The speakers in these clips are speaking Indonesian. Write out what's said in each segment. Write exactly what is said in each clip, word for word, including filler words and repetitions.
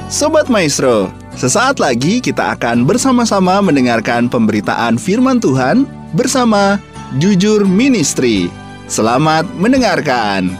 Sobat Maestro, sesaat lagi kita akan bersama-sama mendengarkan pemberitaan firman Tuhan bersama Jujur Ministry. Selamat mendengarkan.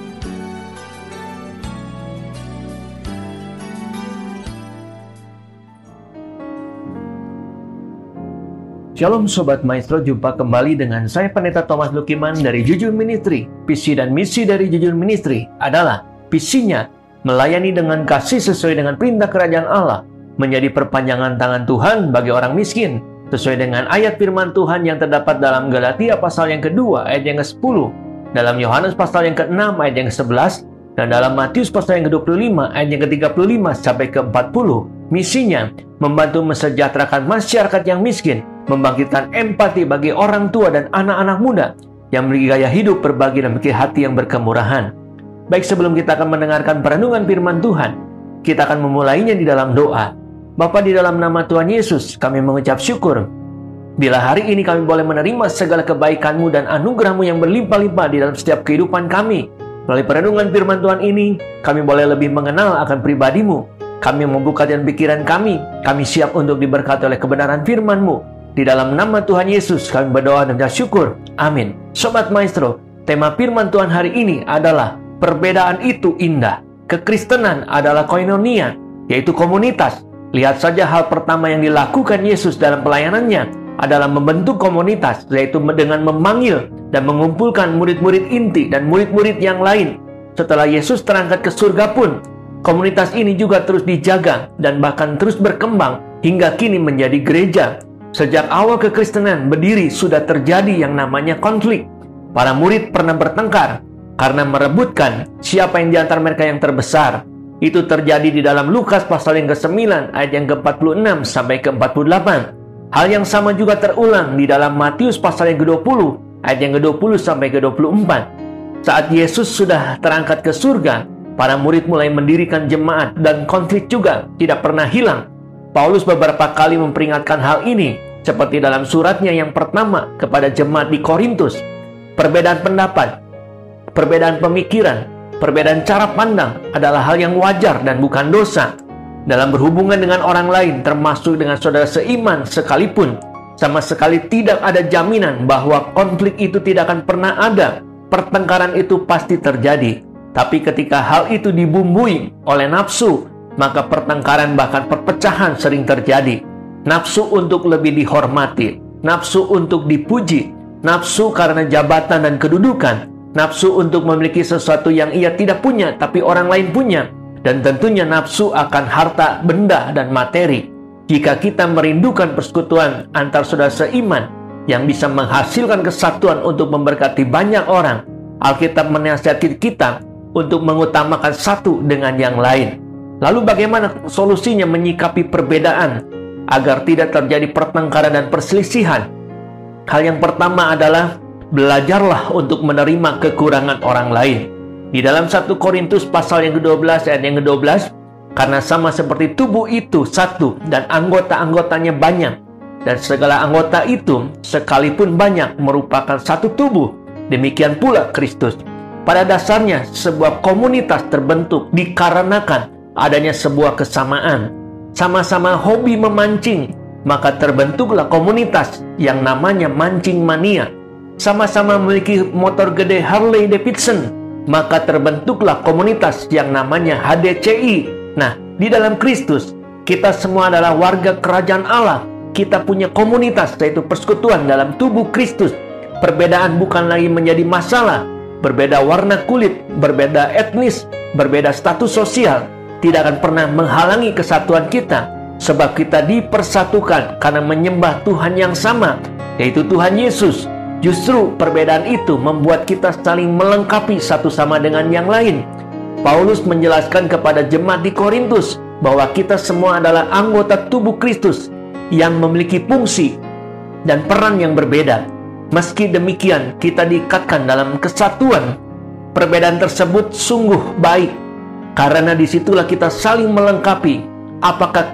Shalom Sobat Maestro, jumpa kembali dengan saya Pendeta Thomas Lukiman dari Jujur Ministry. Visi dan misi dari Jujur Ministry adalah visinya melayani dengan kasih sesuai dengan perintah kerajaan Allah, menjadi perpanjangan tangan Tuhan bagi orang miskin, sesuai dengan ayat firman Tuhan yang terdapat dalam Galatia pasal yang kedua ayat yang kesepuluh, dalam Yohanes pasal yang keenam ayat yang kesebelas, dan dalam Matius pasal yang kedua puluh lima ayat yang ketiga puluh lima sampai ke empat puluh. Misinya membantu mesejahterakan masyarakat yang miskin, membangkitkan empati bagi orang tua dan anak-anak muda yang memiliki gaya hidup berbagi dan memiliki hati yang berkemurahan. Baik, sebelum kita akan mendengarkan perenungan firman Tuhan, kita akan memulainya di dalam doa. Bapa, di dalam nama Tuhan Yesus, kami mengucap syukur bila hari ini kami boleh menerima segala kebaikan-Mu dan anugerah-Mu yang berlimpah-limpah di dalam setiap kehidupan kami. Melalui perenungan firman Tuhan ini, kami boleh lebih mengenal akan pribadi-Mu. Kami membuka dan pikiran kami, kami siap untuk diberkati oleh kebenaran firman-Mu. Di dalam nama Tuhan Yesus, kami berdoa dan bersyukur. Amin. Sobat Maestro, tema firman Tuhan hari ini adalah perbedaan itu indah. Kekristenan adalah koinonia, yaitu komunitas. Lihat saja hal pertama yang dilakukan Yesus dalam pelayanannya adalah membentuk komunitas, yaitu dengan memanggil dan mengumpulkan murid-murid inti dan murid-murid yang lain. Setelah Yesus terangkat ke surga pun, komunitas ini juga terus dijaga dan bahkan terus berkembang hingga kini menjadi gereja. Sejak awal kekristenan berdiri sudah terjadi yang namanya konflik. Para murid pernah bertengkar karena merebutkan siapa yang di antara mereka yang terbesar. Itu terjadi di dalam Lukas pasal yang kesembilan ayat yang ke empat puluh enam sampai ke empat puluh delapan. Hal yang sama juga terulang di dalam Matius pasal yang ke dua puluh ayat yang ke dua puluh sampai ke dua puluh empat. Saat Yesus sudah terangkat ke surga, para murid mulai mendirikan jemaat dan konflik juga tidak pernah hilang. Paulus beberapa kali memperingatkan hal ini, seperti dalam suratnya yang pertama kepada jemaat di Korintus. Perbedaan pendapat, perbedaan pemikiran, perbedaan cara pandang adalah hal yang wajar dan bukan dosa. Dalam berhubungan dengan orang lain, termasuk dengan saudara seiman sekalipun, sama sekali tidak ada jaminan bahwa konflik itu tidak akan pernah ada. Pertengkaran itu pasti terjadi. Tapi ketika hal itu dibumbui oleh nafsu, maka pertengkaran bahkan perpecahan sering terjadi. Nafsu untuk lebih dihormati, nafsu untuk dipuji, nafsu karena jabatan dan kedudukan, nafsu untuk memiliki sesuatu yang ia tidak punya tapi orang lain punya, dan tentunya nafsu akan harta, benda, dan materi. Jika kita merindukan persekutuan antar saudara seiman yang bisa menghasilkan kesatuan untuk memberkati banyak orang, Alkitab menasihati kita untuk mengutamakan satu dengan yang lain. Lalu bagaimana solusinya menyikapi perbedaan agar tidak terjadi pertengkaran dan perselisihan? Hal yang pertama adalah belajarlah untuk menerima kekurangan orang lain. Di dalam satu Korintus pasal yang kedua belas ayat yang kedua belas, karena sama seperti tubuh itu satu dan anggota-anggotanya banyak, dan segala anggota itu sekalipun banyak merupakan satu tubuh, demikian pula Kristus. Pada dasarnya sebuah komunitas terbentuk dikarenakan adanya sebuah kesamaan. Sama-sama hobi memancing, maka terbentuklah komunitas yang namanya mancing mania. Sama-sama memiliki motor gede Harley Davidson, maka terbentuklah komunitas yang namanya H D C I. Nah, di dalam Kristus, kita semua adalah warga kerajaan Allah. Kita punya komunitas, yaitu persekutuan dalam tubuh Kristus. Perbedaan bukan lagi menjadi masalah. Berbeda warna kulit, berbeda etnis, berbeda status sosial, tidak akan pernah menghalangi kesatuan kita, sebab kita dipersatukan karena menyembah Tuhan yang sama, yaitu Tuhan Yesus. Justru perbedaan itu membuat kita saling melengkapi satu sama dengan yang lain. Paulus menjelaskan kepada jemaat di Korintus bahwa kita semua adalah anggota tubuh Kristus yang memiliki fungsi dan peran yang berbeda. Meski demikian, kita diikatkan dalam kesatuan. Perbedaan tersebut sungguh baik, karena disitulah kita saling melengkapi. Apakah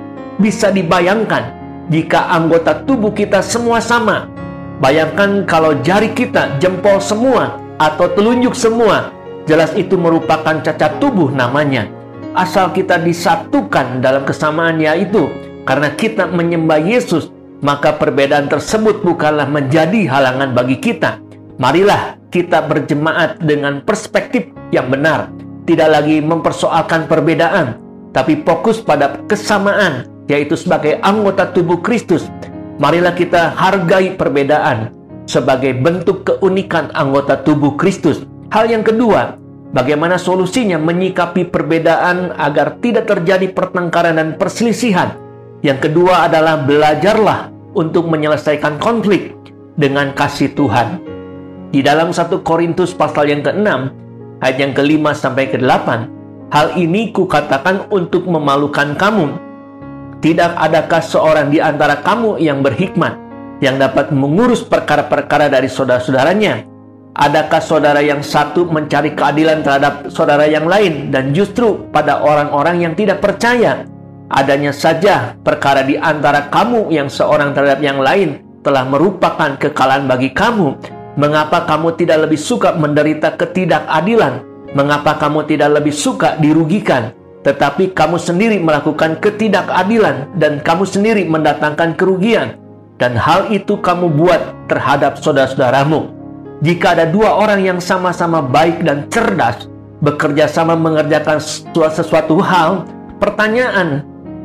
bisa dibayangkan jika anggota tubuh kita semua sama? Bayangkan kalau jari kita, jempol semua, atau telunjuk semua, jelas itu merupakan cacat tubuh namanya. asal kita disatukan dalam kesamaan, yaitu karena kita menyembah Yesus, maka perbedaan tersebut bukanlah menjadi halangan bagi kita. Marilah kita berjemaat dengan perspektif yang benar, tidak lagi mempersoalkan perbedaan, tapi fokus pada kesamaan, yaitu sebagai anggota tubuh Kristus. Marilah kita hargai perbedaan sebagai bentuk keunikan anggota tubuh Kristus. Hal yang kedua, bagaimana solusinya menyikapi perbedaan agar tidak terjadi pertengkaran dan perselisihan? Yang kedua adalah belajarlah untuk menyelesaikan konflik dengan kasih Tuhan. Di dalam satu Korintus pasal yang keenam, ayat yang kelima sampai kedelapan, hal ini kukatakan untuk memalukan kamu. Tidak adakah seorang di antara kamu yang berhikmat, yang dapat mengurus perkara-perkara dari saudara-saudaranya? Adakah saudara yang satu mencari keadilan terhadap saudara yang lain, dan justru pada orang-orang yang tidak percaya? Adanya saja perkara di antara kamu yang seorang terhadap yang lain telah merupakan kekalahan bagi kamu. Mengapa kamu tidak lebih suka menderita ketidakadilan? Mengapa kamu tidak lebih suka dirugikan? Tetapi kamu sendiri melakukan ketidakadilan, dan kamu sendiri mendatangkan kerugian. Dan hal itu kamu buat terhadap saudara-saudaramu. Jika ada dua orang yang sama-sama baik dan cerdas, bekerja sama mengerjakan sesuatu hal, pertanyaan,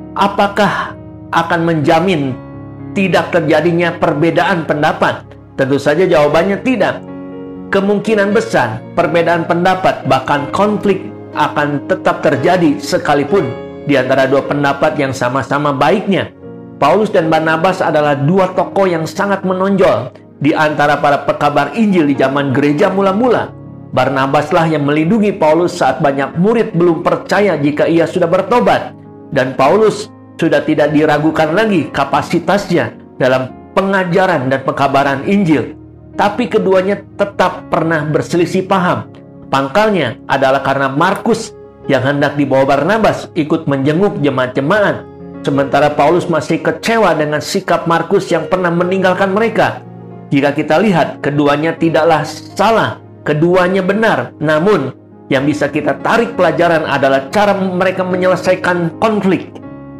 apakah akan menjamin tidak terjadinya perbedaan pendapat? Tentu saja jawabannya tidak. Kemungkinan besar perbedaan pendapat, bahkan konflik, akan tetap terjadi sekalipun di antara dua pendapat yang sama-sama baiknya. Paulus dan Barnabas adalah dua tokoh yang sangat menonjol di antara para pekabar Injil di zaman gereja mula-mula. Barnabaslah yang melindungi Paulus saat banyak murid belum percaya jika ia sudah bertobat. Dan Paulus sudah tidak diragukan lagi kapasitasnya dalam pengajaran dan pekabaran Injil. Tapi keduanya tetap pernah berselisih paham. Pangkalnya adalah karena Markus yang hendak dibawa Barnabas ikut menjenguk jemaat-jemaat, sementara Paulus masih kecewa dengan sikap Markus yang pernah meninggalkan mereka. Jika kita lihat, keduanya tidaklah salah, keduanya benar. Namun, yang bisa kita tarik pelajaran adalah cara mereka menyelesaikan konflik.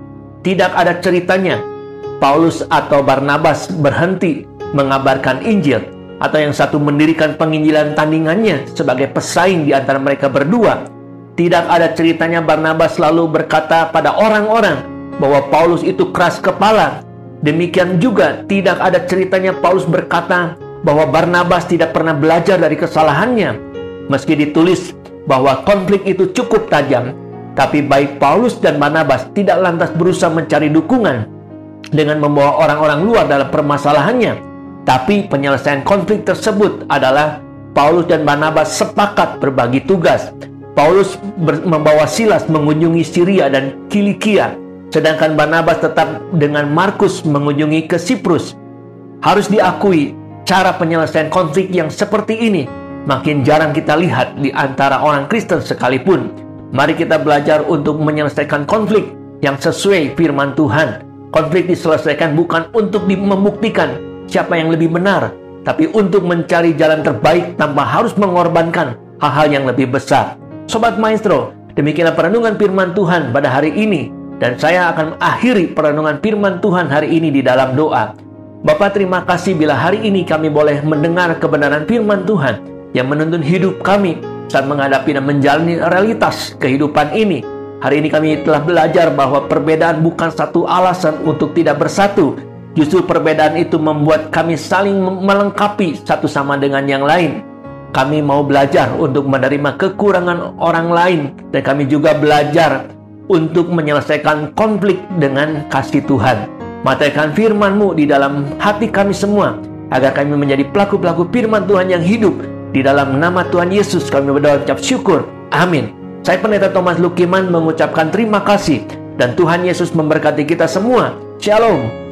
Tidak ada ceritanya Paulus atau Barnabas berhenti mengabarkan Injil, atau yang satu mendirikan penginjilan tandingannya sebagai pesaing di antara mereka berdua. Tidak ada ceritanya Barnabas lalu berkata pada orang-orang bahwa Paulus itu keras kepala. Demikian juga tidak ada ceritanya Paulus berkata bahwa Barnabas tidak pernah belajar dari kesalahannya. Meski ditulis bahwa konflik itu cukup tajam, tapi baik Paulus dan Barnabas tidak lantas berusaha mencari dukungan dengan membawa orang-orang luar dalam permasalahannya. Tapi penyelesaian konflik tersebut adalah Paulus dan Barnabas sepakat berbagi tugas. Paulus membawa Silas mengunjungi Syria dan Kilikia, sedangkan Barnabas tetap dengan Markus mengunjungi ke Siprus. Harus diakui, cara penyelesaian konflik yang seperti ini makin jarang kita lihat di antara orang Kristen sekalipun. Mari kita belajar untuk menyelesaikan konflik yang sesuai firman Tuhan. Konflik diselesaikan bukan untuk membuktikan siapa yang lebih benar, tapi untuk mencari jalan terbaik tanpa harus mengorbankan hal-hal yang lebih besar. Sobat Maestro, demikianlah perenungan firman Tuhan pada hari ini. Dan saya akan akhiri perenungan firman Tuhan hari ini di dalam doa. Bapa, terima kasih bila hari ini kami boleh mendengar kebenaran firman Tuhan yang menuntun hidup kami saat menghadapi dan menjalani realitas kehidupan ini. Hari ini kami telah belajar bahwa perbedaan bukan satu alasan untuk tidak bersatu. Justru perbedaan itu membuat kami saling melengkapi satu sama dengan yang lain. Kami mau belajar untuk menerima kekurangan orang lain, dan kami juga belajar untuk menyelesaikan konflik dengan kasih Tuhan. Matikan firman-Mu di dalam hati kami semua, agar kami menjadi pelaku-pelaku firman Tuhan yang hidup. Di dalam nama Tuhan Yesus kami berdoa ucap syukur. Amin. Saya Pendeta Thomas Lukiman mengucapkan terima kasih, dan Tuhan Yesus memberkati kita semua. Shalom.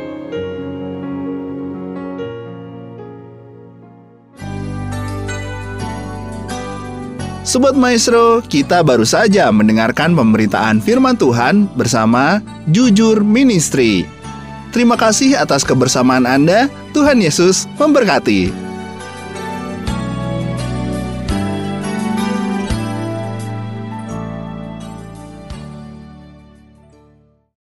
Sobat Maestro, kita baru saja mendengarkan pemberitaan firman Tuhan bersama Jujur Ministry. Terima kasih atas kebersamaan Anda. Tuhan Yesus memberkati.